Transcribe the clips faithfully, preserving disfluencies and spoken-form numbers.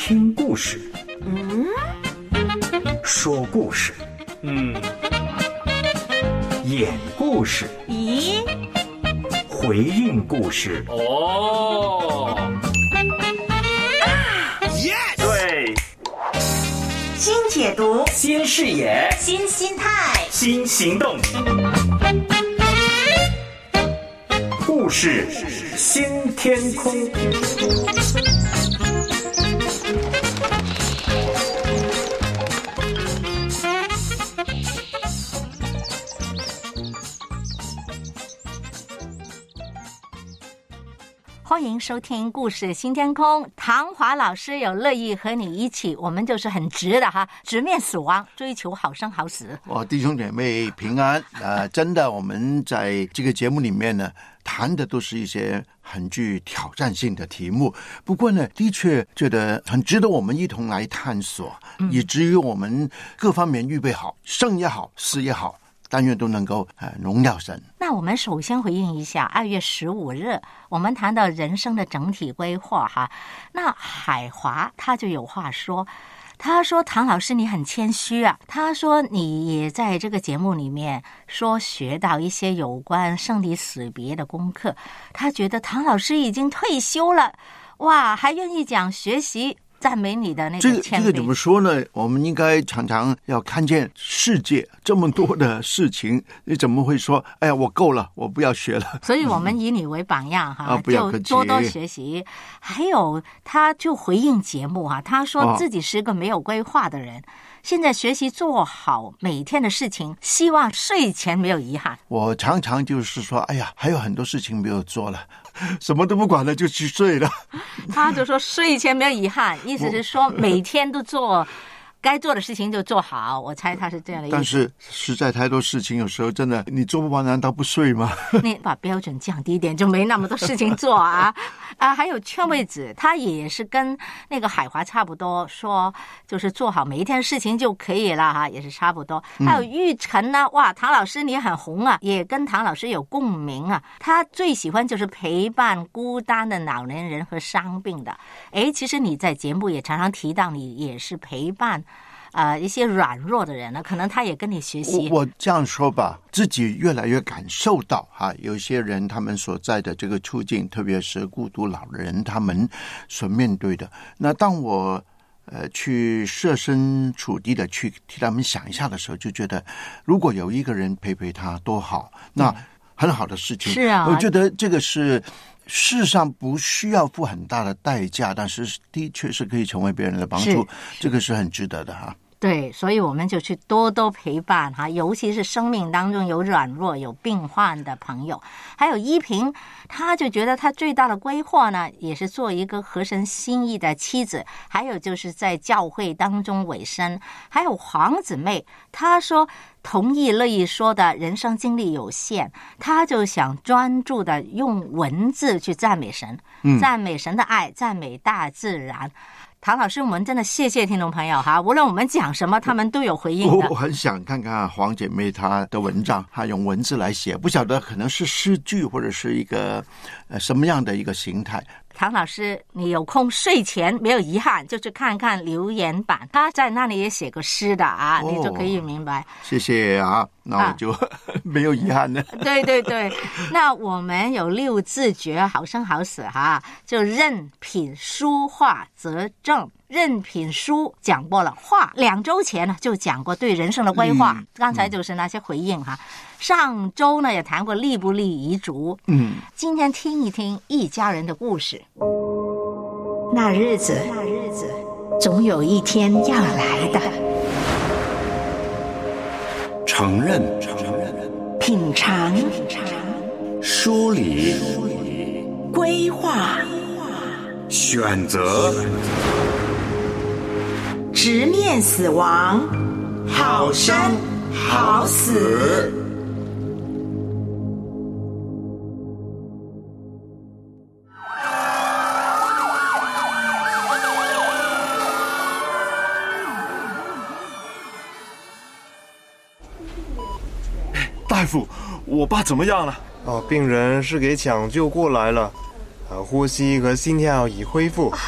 听故事， 嗯， 说故事， 嗯， 演故事， 咦， 回应故事。 哦， 对， 新解读， 新视野， 新心态， 新行动，故事新天空。 欢迎收听故事新天空，唐华老师有乐意和你一起，我们就是很直的哈，直面死亡，追求好生好死。 哦，弟兄姐妹平安。呃，真的，我们在这个节目里面呢，谈的都是一些很具挑战性的题目。不过呢，的确觉得很值得我们一同来探索，嗯、以至于我们各方面预备好，生也好，死也好。但愿都能够呃荣耀神。 那我们首先回应一下，二月十五日我们谈到人生的整体规划哈。那海华他就有话说，他说唐老师你很谦虚啊，他说你也在这个节目里面说学到一些有关生离死别的功课，他觉得唐老师已经退休了，哇，还愿意讲学习。赞美你的那个谦卑。 这个这个怎么说呢？我们应该常常要看见世界这么多的事情，你怎么会说哎呀我够了，我不要学了？ 所以我们以你为榜样哈、 嗯啊，不要客气， 就多多学习。还有他就回应节目哈、啊，他说自己是个没有规划的人。哦，现在学习做好每天的事情，希望睡前没有遗憾。 我常常就是说，哎呀，还有很多事情没有做了，什么都不管了，就去睡了。 他就说睡前没有遗憾，意思是说每天都做该做的事情就做好，我猜他是这样的意思。 但是实在太多事情，有时候真的你做不完，难道不睡吗？ 你把标准降低一点，就没那么多事情做啊！啊，还有劝慰子，他也是跟那个海华差不多，说就是做好每一天事情就可以了哈，也是差不多。还有玉成呢，哇，唐老师你很红啊，也跟唐老师有共鸣啊。他最喜欢就是陪伴孤单的老年人和伤病的。诶，其实你在节目也常常提到，你也是陪伴。呃，一些软弱的人呢，可能他也跟你学习。 我, 我这样说吧，自己越来越感受到哈，有些人他们所在的这个处境，特别是孤独老人他们所面对的。那当我呃去设身处地的去替他们想一下的时候，就觉得如果有一个人陪陪他多好，那很好的事情。 是啊， 我觉得这个是。事实上不需要付很大的代价，但是的确是可以成为别人的帮助，这个是很值得的哈。 对，所以我们就去多多陪伴哈，尤其是生命当中有软弱、有病患的朋友。还有依萍，他就觉得他最大的规划呢，也是做一个合神心意的妻子，还有就是在教会当中委身。还有黄姊妹，她说同意乐意说的人生经历有限，她就想专注的用文字去赞美神，嗯、赞美神的爱，赞美大自然。唐老师，我们真的谢谢听众朋友哈，无论我们讲什么，他们都有回应的。 我我很想看看黄姐妹她的文章，她用文字来写，不晓得可能是诗句或者是一个呃什么样的一个形态。 唐老师，你有空睡前没有遗憾，就去看看留言板，他在那里也写个诗的啊，哦、你就可以明白。 谢谢啊，那我就、啊、没有遗憾了。 对对对，那我们有六字诀，好生好死哈，就任品书画则正。任品书讲过了，画两周前呢就讲过对人生的规划，嗯、刚才就是那些回应哈。嗯、上周呢也谈过立不立遗嘱，嗯，今天听一听一家人的故事。 那日子，那日子，总有一天要来的。 承认，承认， 品尝，品尝， 梳理， 规划， 选择。 直面死亡，好生好死。 大夫，我爸怎么样了？ 哦，病人是给抢救过来了，啊，呼吸和心跳已恢复。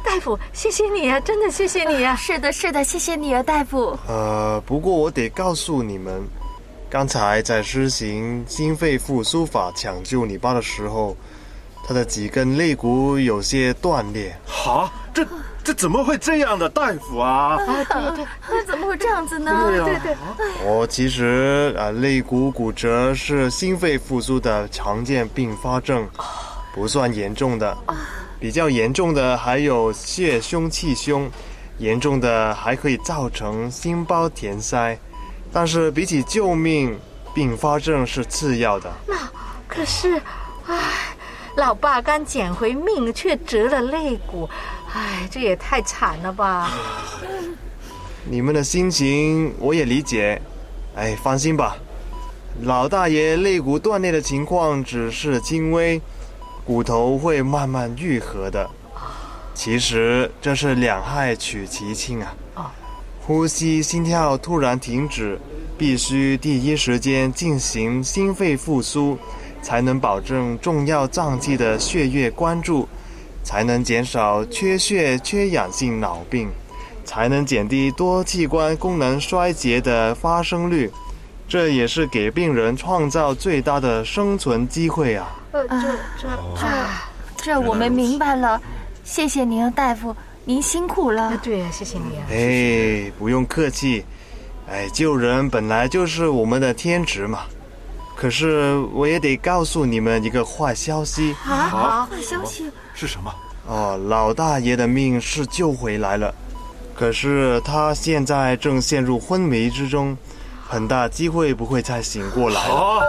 大夫，谢谢你啊，真的谢谢你啊！ 是的，是的，谢谢你啊，大夫。 呃，不过我得告诉你们，刚才在施行心肺复苏法抢救你爸的时候，他的几根肋骨有些断裂。 哈，这这怎么会这样的，大夫啊？ 啊，对对，那怎么会这样子呢？ 对对对。 哦，其实啊，肋骨骨折是心肺复苏的常见并发症，不算严重的。比较严重的还有血胸气胸，严重的还可以造成心包填塞。但是比起救命，并发症是次要的。 那可是，唉，老爸刚捡回命，却折了肋骨，唉，这也太惨了吧！ 你们的心情我也理解，哎，放心吧，老大爷肋骨断裂的情况只是轻微，骨头会慢慢愈合的。其实这是两害取其轻啊。呼吸、心跳突然停止，必须第一时间进行心肺复苏，才能保证重要脏器的血液关注，才能减少缺血缺氧性脑病，才能减低多器官功能衰竭的发生率。这也是给病人创造最大的生存机会啊！ 呃，这这这这我们明白了，谢谢您，大夫，您辛苦了。 对啊，谢谢你啊！ 哎，不用客气。哎，救人本来就是我们的天职嘛。可是我也得告诉你们一个坏消息啊！坏消息是什么？ 哦，老大爷的命是救回来了，可是他现在正陷入昏迷之中，很大机会不会再醒过来了。 啊！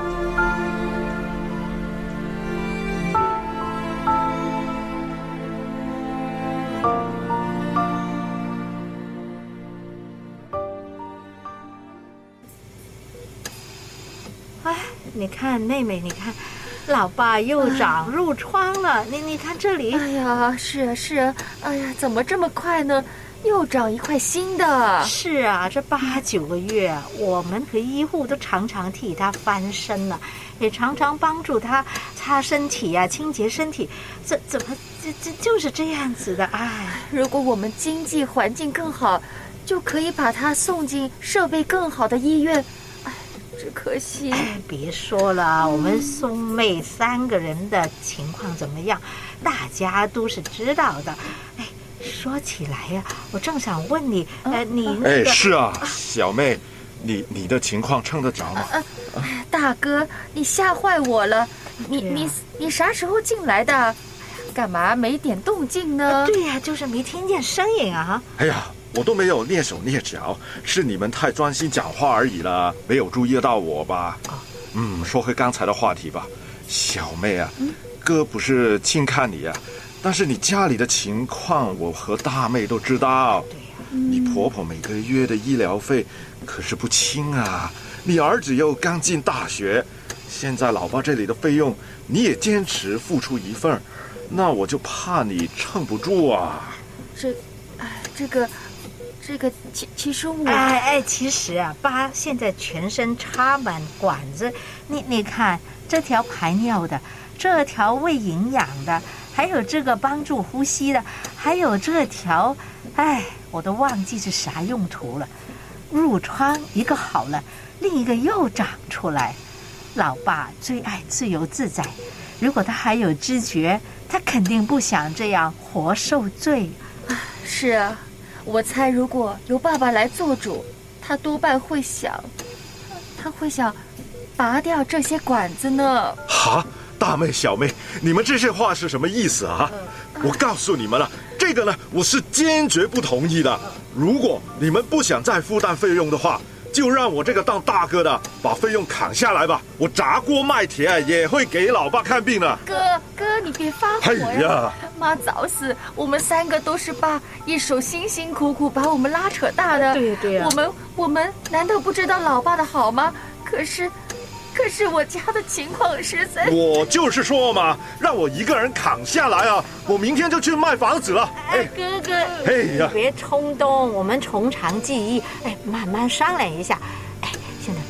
哎，你看妹妹，你看，老爸又长褥疮了。你你看这里， 哎呀，是啊是啊，哎呀，怎么这么快呢？又长一块新的。 是啊，这八九个月，我们和医护都常常替他翻身了，也常常帮助他擦身体呀、啊，清洁身体。怎怎么这这就是这样子的？哎， 如果我们经济环境更好，就可以把他送进设备更好的医院。哎，只可惜。 哎，别说了，我们松妹三个人的情况怎么样，大家都是知道的。哎。说起来呀、啊，我正想问你，呃，你那个…… 哎，是啊，小妹，你你的情况撑得着吗？ 呃呃、大哥，你吓坏我了！你你你啥时候进来的？干嘛没点动静呢？ 对呀、啊，就是没听见声音啊！ 哎呀，我都没有蹑手蹑脚，是你们太专心讲话而已了，没有注意到我吧？嗯，说回刚才的话题吧，小妹啊，嗯、哥不是轻看你啊。但是你家里的情况，我和大妹都知道。 对呀、 啊，你婆婆每个月的医疗费可是不轻啊。你儿子又刚进大学，现在老爸这里的费用你也坚持付出一份，那我就怕你撑不住啊。 这，哎，这个，这个，其其实我…… 哎哎，其实啊，爸现在全身插满管子，你你看这条排尿的，这条喂营养的。还有这个帮助呼吸的，还有这条，哎，我都忘记是啥用途了。褥疮一个好了，另一个又长出来。老爸最爱自由自在，如果他还有知觉，他肯定不想这样活受罪。 是啊，我猜如果由爸爸来做主，他多半会想，他会想拔掉这些管子呢。 哈？大妹、小妹，你们这些话是什么意思啊？我告诉你们了，这个呢，我是坚决不同意的。如果你们不想再负担费用的话，就让我这个当大哥的把费用砍下来吧。我砸锅卖铁也会给老爸看病的。 哥哥，你别发火呀！哎呀，妈早死，我们三个都是爸一手辛辛苦苦把我们拉扯大的。 对对啊， 我们我们难道不知道老爸的好吗？可是。可是我家的情况实在…… 我就是说嘛，让我一个人扛下来啊！我明天就去卖房子了。 哎，哥哥， 哎呀， 别冲动，我们从长计议，哎，慢慢商量一下。哎，现在爸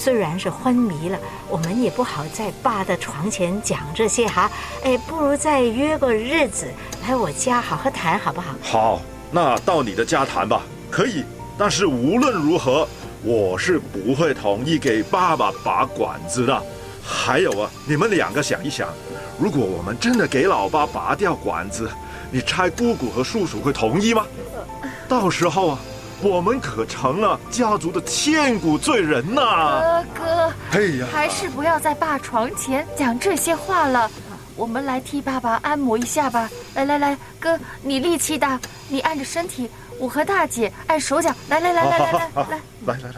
虽然是昏迷了，我们也不好在爸的床前讲这些哈。哎，不如再约个日子来我家好好谈，好不好？ 好，那到你的家谈吧，可以。但是无论如何，我是不会同意给爸爸拔管子的。还有啊，你们两个想一想，如果我们真的给老爸拔掉管子，你猜姑姑和叔叔会同意吗？到时候啊，我们可成了家族的千古罪人呐、啊！ 哥哥， 哎呀， 还是不要在爸床前讲这些话了。我们来替爸爸按摩一下吧。来来来，哥，你力气大，你按着身体，我和大姐按手脚。来来来来来来来来来来来。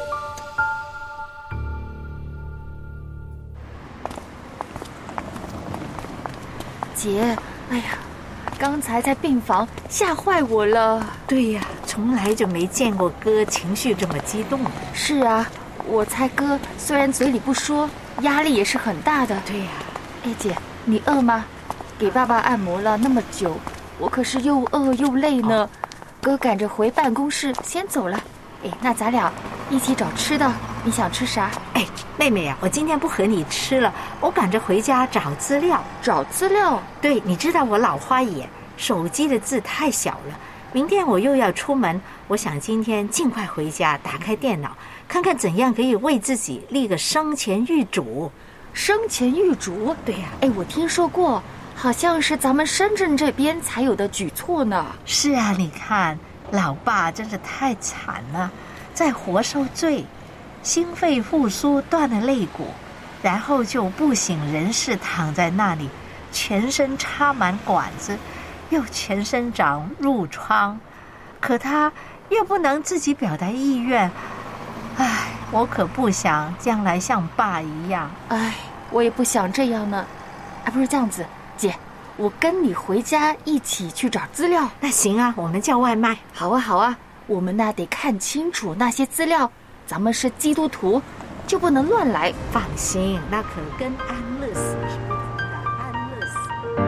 姐，哎呀，刚才在病房吓坏我了。 对呀，从来就没见过哥情绪这么激动。 是啊，我猜哥虽然嘴里不说，压力也是很大的。 对呀。 哎，姐，你饿吗？给爸爸按摩了那么久，我可是又饿又累呢。哦、哥赶着回办公室先走了。哎，那咱俩一起找吃的，你想吃啥？ 哎，妹妹呀、啊，我今天不和你吃了，我赶着回家找资料。 找资料？ 对，你知道我老花眼，手机的字太小了。明天我又要出门，我想今天尽快回家，打开电脑，看看怎样可以为自己立个生前预嘱。 生前预嘱？ 对呀、啊。 哎，我听说过，好像是咱们深圳这边才有的举措呢。 是啊，你看老爸真是太惨了，在活受罪，心肺复苏断了肋骨，然后就不省人事，躺在那里，全身插满管子，又全身长褥疮，可他又不能自己表达意愿。唉，我可不想将来像爸一样。 唉，我也不想这样呢。啊，不是这样子，姐，我跟你回家一起去找资料。 那行啊，我们叫外卖。 好啊好啊，我们那得看清楚那些资料，咱们是基督徒，就不能乱来。 放心，那可跟安乐死是不同的。安乐死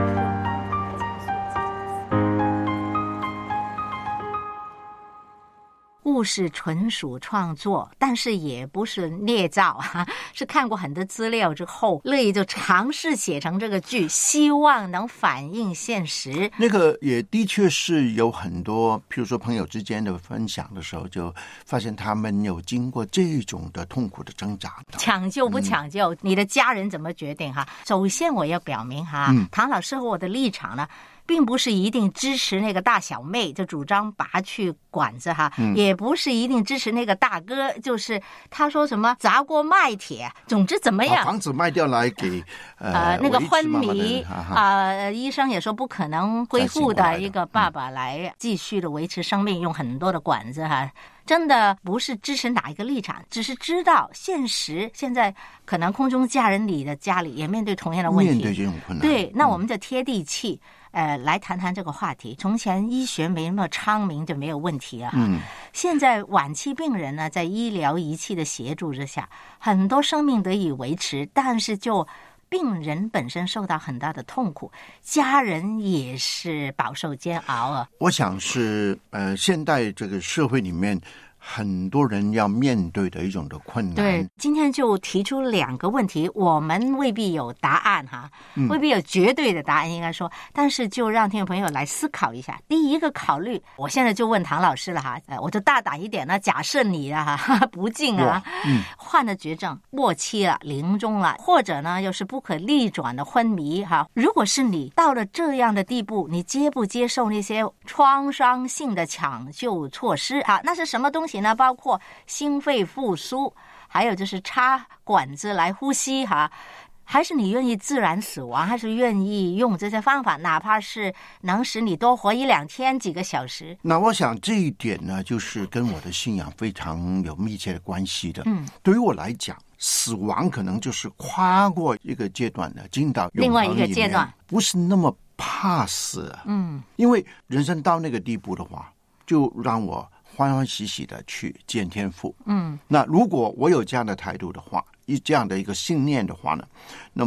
故事纯属创作，但是也不是捏造啊，是看过很多资料之后，乐意就尝试写成这个剧，希望能反映现实。 那个也的确是有很多，譬如说朋友之间的分享的时候，就发现他们有经过这种的痛苦的挣扎。 抢救不抢救，嗯、你的家人怎么决定哈？首先我要表明哈，嗯、唐老师和我的立场呢，并不是一定支持那个大小妹就主张拔去管子哈，嗯、也不是一定支持那个大哥，就是他说什么砸锅卖铁，总之怎么样， 房子卖掉来给呃, 呃那个昏迷啊、呃，医生也说不可能恢复的一个爸爸来继续的维持生命，用很多的管子哈。真的不是支持哪一个立场，只是知道现实。现在可能空中家人里的家里也面对同样的问题， 面对这种困难。 对，那我们就贴地气。嗯、呃，来谈谈这个话题。从前医学没那么昌明就没有问题了。嗯，现在晚期病人呢，在医疗仪器的协助之下，很多生命得以维持，但是就病人本身受到很大的痛苦，家人也是饱受煎熬啊。 我想是呃，现代这个社会里面，很多人要面对的一种的困难。 对，今天就提出两个问题，我们未必有答案哈，嗯、未必有绝对的答案，应该说，但是就让听众朋友来思考一下。第一个考虑，我现在就问唐老师了哈，我就大胆一点呢，假设你啊不幸啊，嗯、患了绝症，末期了，临终了，或者呢又是不可逆转的昏迷哈。如果是你到了这样的地步，你接不接受那些创伤性的抢救措施啊？那是什么东西呢？包括心肺复苏，还有就是插管子来呼吸哈，还是你愿意自然死亡，还是愿意用这些方法，哪怕是能使你多活一两天几个小时？ 那我想这一点呢，就是跟我的信仰非常有密切的关系的。嗯，对于我来讲，死亡可能就是跨过一个阶段的，进到另外一个阶段， 不是那么怕死。嗯，因为人生到那个地步的话，就让我欢欢喜喜的去见天父。嗯，那如果我有这样的态度的话，一这样的一个信念的话呢，那么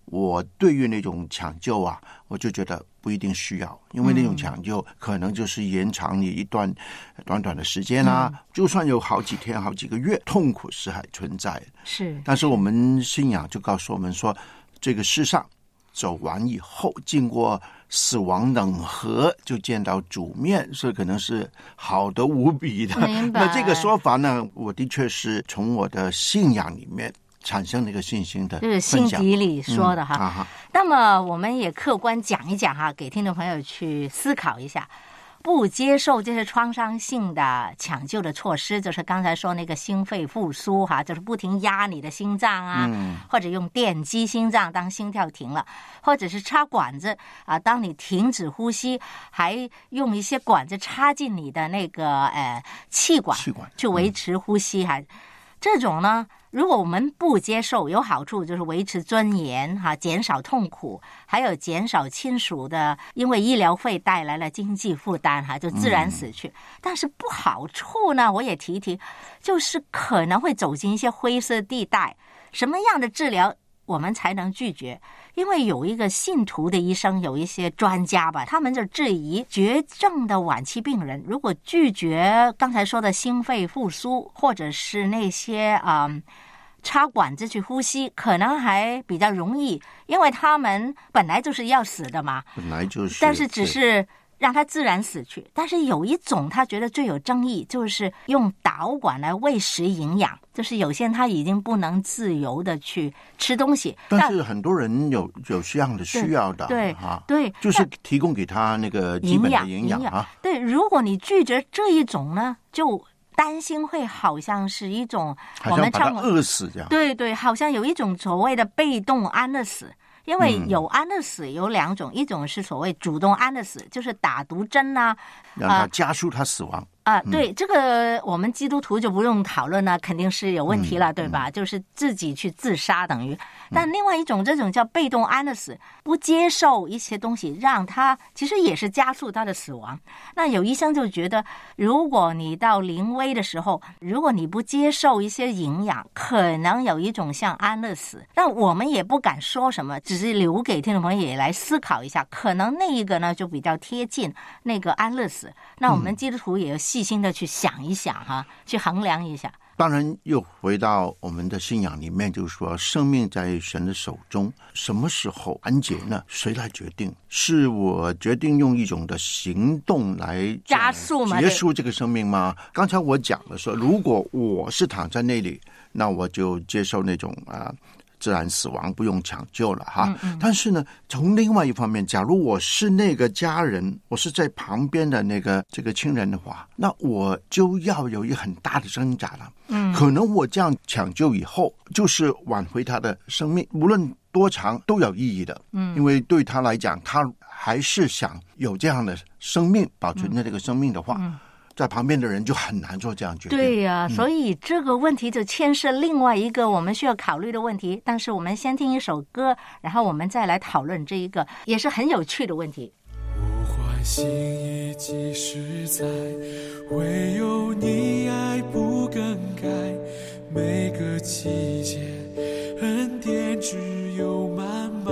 我对于那种抢救啊，我就觉得不一定需要，因为那种抢救可能就是延长你一段短短的时间啊，嗯、就算有好几天、好几个月，痛苦是还存在的。 是， 但是我们信仰就告诉我们说，这个世上走完以后，经过死亡冷河，就见到主面，所以可能是好的无比的。那这个说法呢，我的确是从我的信仰里面产生了一个信心的， 就是心底里说的哈、嗯啊。那么我们也客观讲一讲哈，给听众朋友去思考一下。不接受这些创伤性的抢救的措施，就是刚才说那个心肺复苏哈，就是不停压你的心脏啊、嗯，或者用电击心脏当心跳停了，或者是插管子啊，当你停止呼吸，还用一些管子插进你的那个呃气管，气管去维持呼吸哈、嗯。这种呢，如果我们不接受，有好处就是维持尊严哈，减少痛苦，还有减少亲属的因为医疗费带来了经济负担哈，就自然死去、嗯、但是不好处呢，我也提一提，就是可能会走进一些灰色地带。什么样的治疗我们才能拒绝？因为有一个信徒的医生，有一些专家吧，他们就质疑绝症的晚期病人如果拒绝刚才说的心肺复苏，或者是那些嗯插管子去呼吸，可能还比较容易，因为他们本来就是要死的嘛， 本来就是， 但是只是让他自然死去。但是有一种他觉得最有争议，就是用导管来喂食营养，就是有些人他已经不能自由的去吃东西， 但是很多人有有这样的需要的， 对哈， 对， 就是提供给他那个基本的营养啊。 对，如果你拒绝这一种呢，就担心会好像是一种我们把他饿死这样， 对对，好像有一种所谓的被动安乐死。因为有安乐死有两种、嗯、一种是所谓主动安乐死，就是打毒针啊， 让他加速他死亡啊、呃、对、嗯、这个我们基督徒就不用讨论了，肯定是有问题了、嗯、对吧、嗯、就是自己去自杀等于。但另外一种这种叫被动安乐死，不接受一些东西，让他其实也是加速他的死亡。那有医生就觉得，如果你到临危的时候，如果你不接受一些营养，可能有一种像安乐死。但我们也不敢说什么，只是留给听众朋友也来思考一下，可能那一个呢就比较贴近那个安乐死。那我们基督徒也要细心的去想一想哈、嗯，去衡量一下。 当然又回到我们的信仰里面，就是说生命在神的手中，什么时候完结呢？谁来决定？是我决定用一种的行动来加速吗？ 结束这个生命吗？刚才我讲了说，如果我是躺在那里，那我就接受那种啊、呃、自然死亡，不用抢救了哈、嗯嗯。但是呢，从另外一方面，假如我是那个家人，我是在旁边的那个这个亲人的话，那我就要有一个很大的挣扎了。嗯，可能我这样抢救以后，就是挽回他的生命，无论多长都有意义的。嗯，因为对他来讲，他还是想有这样的生命，保存着这个生命的话。嗯，在旁边的人就很难做这样决定。 对呀、啊嗯， 所以这个问题就牵涉另外一个我们需要考虑的问题。但是我们先听一首歌，然后我们再来讨论这一个也是很有趣的问题。 我欢喜意即实在，唯有你爱不更改，每个季节恩典只有满满。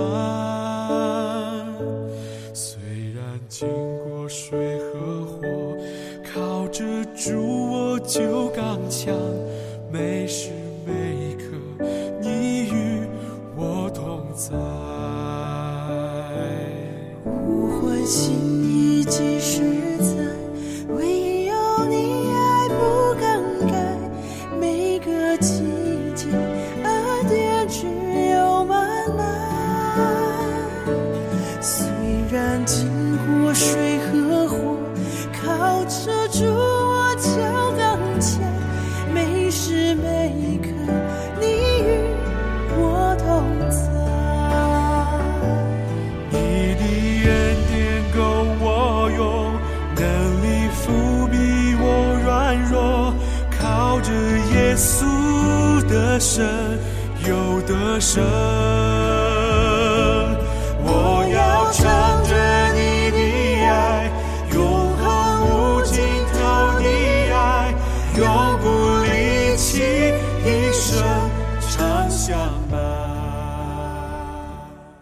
虽然经过水和火，靠着主我就刚强，每时每刻你与我同在。 我欢喜你即实在，唯有你爱不更改，每个季节恩典只有满满。虽然经过水和火，靠着主我就刚强，每时每刻你与我同在。 你的恩典够我用，能力覆庇我软弱，靠着耶稣的神有得胜。我要唱着你的爱，永恒无尽头的爱，永不离弃，一生长相伴。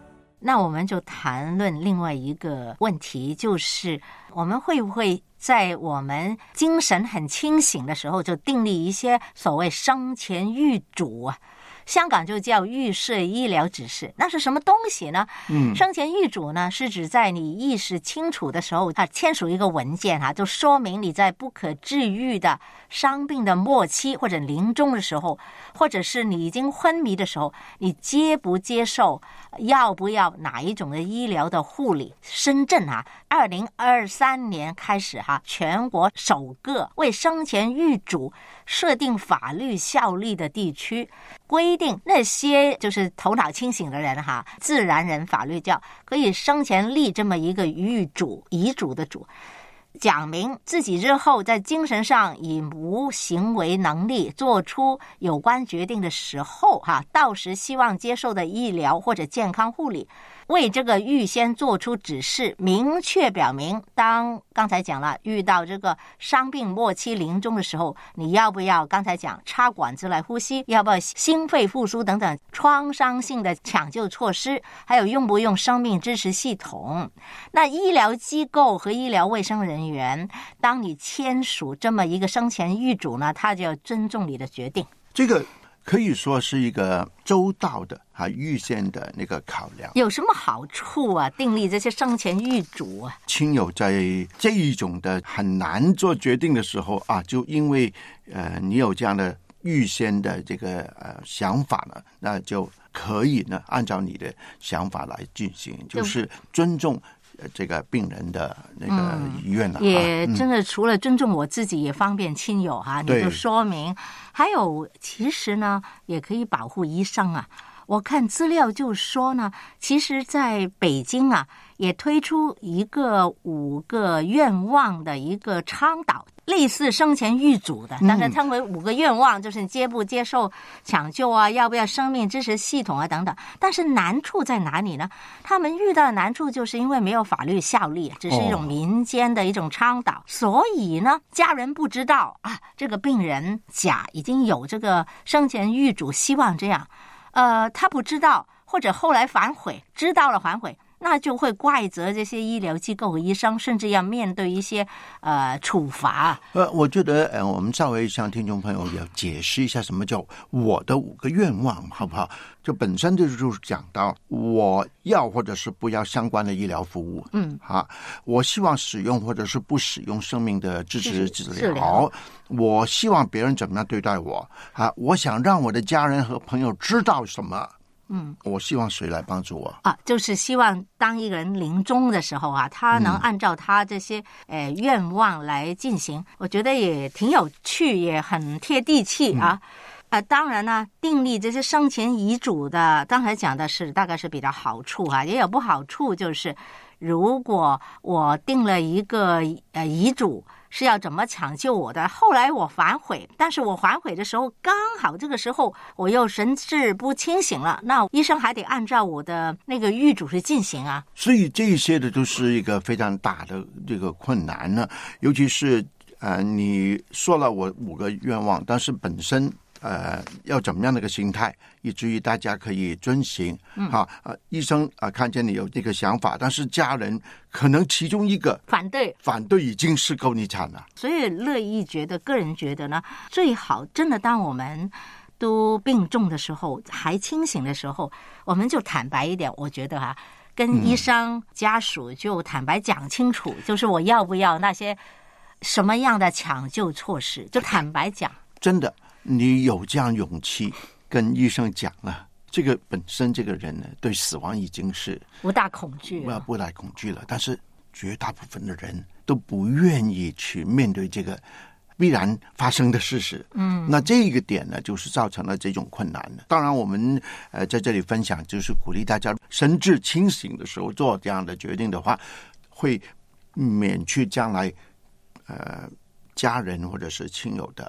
那我们就谈论另外一个问题，就是我们会不会在我们精神很清醒的时候，就订立一些所谓生前预嘱啊？香港就叫预设医疗指示，那是什么东西呢？嗯，生前预嘱呢，是指在你意识清楚的时候，啊，签署一个文件哈、啊，就说明你在不可治愈的伤病的末期或者临终的时候，或者是你已经昏迷的时候，你接不接受，要不要哪一种的医疗的护理？深圳啊，二零二三年开始哈、啊，全国首个为生前预嘱设定法律效力的地区。规定那些就是头脑清醒的人哈，自然人法律叫可以生前立这么一个预嘱，遗嘱的嘱，讲明自己日后在精神上以无行为能力做出有关决定的时候哈，到时希望接受的医疗或者健康护理，为这个预先做出指示，明确表明当刚才讲了遇到这个伤病末期临终的时候，你要不要刚才讲插管子来呼吸，要不要心肺复苏等等创伤性的抢救措施，还有用不用生命支持系统。那医疗机构和医疗卫生人员，当你签署这么一个生前预嘱呢，他就要尊重你的决定。 这个可以说是一个周到的啊预先的那个考量。 有什么好处啊？订立这些生前预嘱啊， 亲友在这一种的很难做决定的时候啊，就因为呃你有这样的预先的这个呃想法呢，那就可以呢按照你的想法来进行，就是尊重这个病人的那个意愿了、 嗯、也真的除了尊重我自己，也方便亲友哈、啊。你就说明，还有其实呢，也可以保护医生啊。我看资料就说呢，其实在北京啊，也推出一个五个愿望的一个倡导，类似生前预嘱的，但是称为五个愿望，就是你接不接受抢救啊，要不要生命支持系统啊等等。但是难处在哪里呢？他们遇到的难处就是因为没有法律效力，只是一种民间的一种倡导，哦、所以呢，家人不知道啊，这个病人甲已经有这个生前预嘱，希望这样。呃，他不知道，或者后来反悔，知道了反悔，那就会怪责这些医疗机构和医生，甚至要面对一些呃处罚。 呃，我觉得呃，我们稍微向听众朋友要解释一下什么叫我的五个愿望，好不好？就本身就是讲到我要或者是不要相关的医疗服务，嗯，啊，我希望使用或者是不使用生命的支持治疗，治疗我希望别人怎么样对待我啊，我想让我的家人和朋友知道什么。嗯，我希望谁来帮助我啊？就是希望当一个人临终的时候啊，他能按照他这些、嗯、呃愿望来进行，我觉得也挺有趣，也很贴地气啊。嗯呃，当然呢，订立这些生前遗嘱的，刚才讲的是大概是比较好处哈、啊，也有不好处，就是如果我定了一个呃遗嘱是要怎么抢救我的，后来我反悔，但是我反悔的时候刚好这个时候我又神志不清醒了，那医生还得按照我的那个预嘱去进行啊。 所以这些的都是一个非常大的这个困难呢，尤其是呃你说了我五个愿望，但是本身。呃，要怎么样的一个心态，以至于大家可以遵行？嗯，哈、啊，呃，医生啊、呃，看见你有这个想法，但是家人可能其中一个反对， 反对已经是够你惨了。 所以乐意觉得，个人觉得呢，最好真的当我们都病重的时候，还清醒的时候，我们就坦白一点。我觉得哈、啊，跟医生、家属就坦白讲清楚，嗯、就是我要不要那些什么样的抢救措施，就坦白讲。 真的。你有这样勇气跟医生讲了，这个本身这个人呢，对死亡已经是不大恐惧了， 不大恐惧了。但是绝大部分的人都不愿意去面对这个必然发生的事实。嗯，那这个点呢，就是造成了这种困难的。当然，我们呃在这里分享，就是鼓励大家神志清醒的时候做这样的决定的话，会免去将来呃家人或者是亲友的。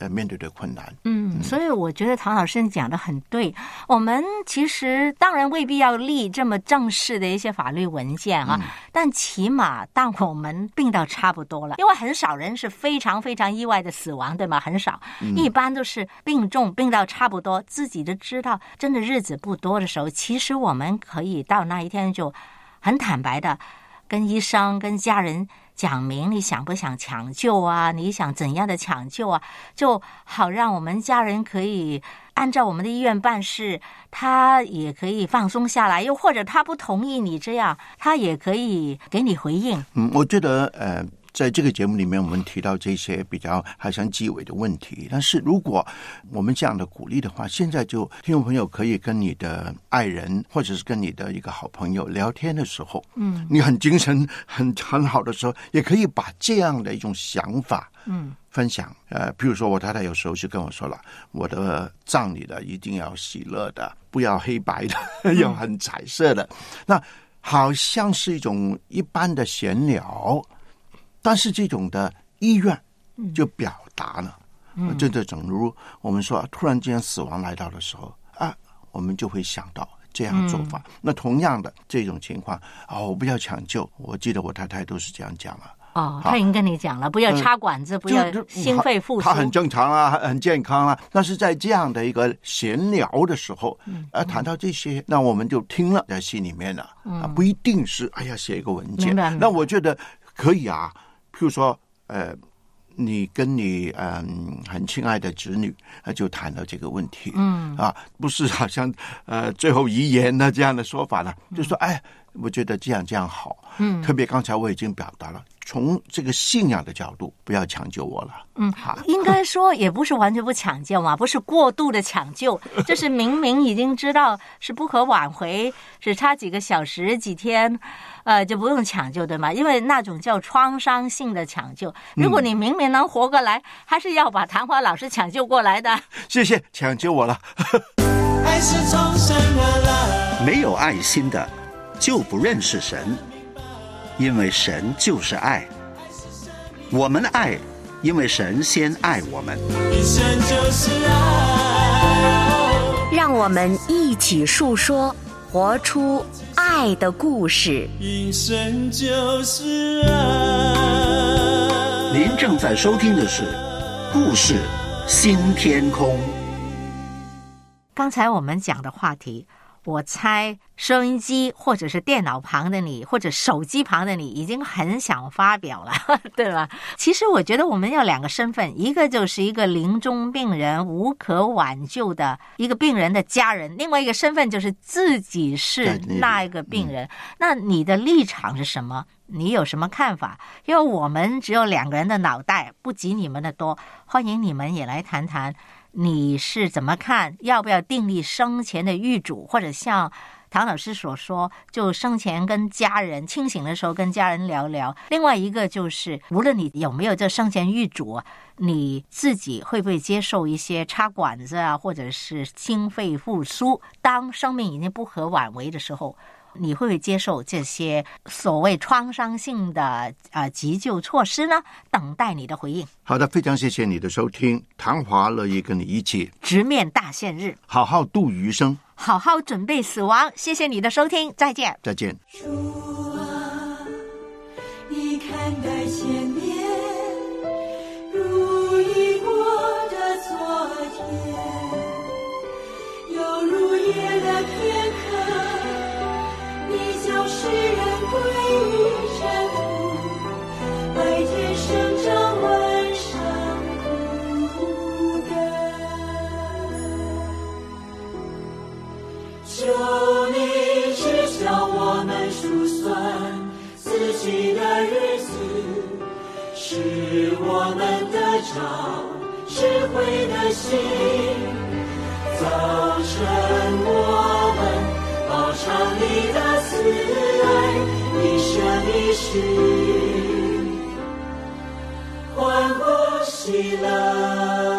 呃面对的困难。 嗯，所以我觉得唐老师你讲的很对。我们其实当然未必要立这么正式的一些法律文件哈、啊嗯，但起码当我们病到差不多了，因为很少人是非常非常意外的死亡，对吗？很少，嗯、一般都是病重，病到差不多，自己都知道真的日子不多的时候，其实我们可以到那一天就很坦白的跟医生、跟家人讲明你想不想抢救啊，你想怎样的抢救啊，就好让我们家人可以按照我们的医院办事，他也可以放松下来，又或者他不同意你这样，他也可以给你回应。 嗯，我觉得呃在这个节目里面我们提到这些比较好像基尾的问题，但是如果我们这样的鼓励的话，现在就听众朋友可以跟你的爱人或者是跟你的一个好朋友聊天的时候，嗯，你很精神很很好的时候，也可以把这样的一种想法嗯分享。呃比如说我太太有时候就跟我说了，我的葬礼的一定要喜乐的，不要黑白的，嗯、要很彩色的。那好像是一种一般的闲聊，但是这种的意愿就表达了，嗯，真的正如我们说，突然间死亡来到的时候啊，我们就会想到这样做法。嗯、那同样的这种情况，哦，我不要抢救，我记得我太太都是这样讲了。 哦，他已经跟你讲了，不要插管子，嗯、不要心肺复苏。 他很正常啊，很健康啊。但是在这样的一个闲聊的时候，嗯，呃，谈到这些，那我们就听了，在心里面了，嗯、啊，不一定是哎呀写一个文件。那我觉得可以啊。譬如说，呃，你跟你嗯很亲爱的子女，呃，就谈到这个问题，嗯啊，不是好像呃最后遗言的这样的说法了，嗯、就说哎，我觉得这样这样好，嗯，特别刚才我已经表达了，从这个信仰的角度，不要抢救我了， 嗯，好，应该说也不是完全不抢救嘛，不是过度的抢救，就是明明已经知道是不可挽回，只差几个小时几天。呃，就不用抢救，对吗？因为那种叫创伤性的抢救，如果你明明能活过来，嗯、还是要把谭华老师抢救过来的。 谢谢，抢救我了。 爱是从生而来， 没有爱心的就不认识神，因为神就是爱。我们爱，因为神先爱我们。 神就是爱， 让我们一起述说。活出爱的故事。 因神就是爱。 您正在收听的是故事新天空。 刚才我们讲的话题，我猜收音机或者是电脑旁的你，或者手机旁的你已经很想发表了，对吧？其实我觉得我们要两个身份，一个就是一个临终病人无可挽救的一个病人的家人，另外一个身份就是自己是那一个病人。那你的立场是什么？你有什么看法？因为我们只有两个人的脑袋，不及你们的多，欢迎你们也来谈谈你是怎么看，要不要订立生前的预嘱，或者像唐老师所说，就生前跟家人清醒的时候跟家人聊聊。另外一个就是无论你有没有这生前预嘱，你自己会不会接受一些插管子啊，或者是心肺复苏，当生命已经不可挽回的时候，你会不会接受这些所谓创伤性的呃急救措施呢？等待你的回应。 好的，非常谢谢你的收听，唐华乐意跟你一起直面大限日， 好好度余生， 好好准备死亡。谢谢你的收听，再见， 再见。 主啊，你看待千年，如已过的昨天，犹如夜的片刻。叫世人归于尘土，白天生长晚上枯干。求你知晓我们数算自己的日子，使我们得着智慧的心。早晨我们报尝你的慈爱，一生一世欢呼喜乐。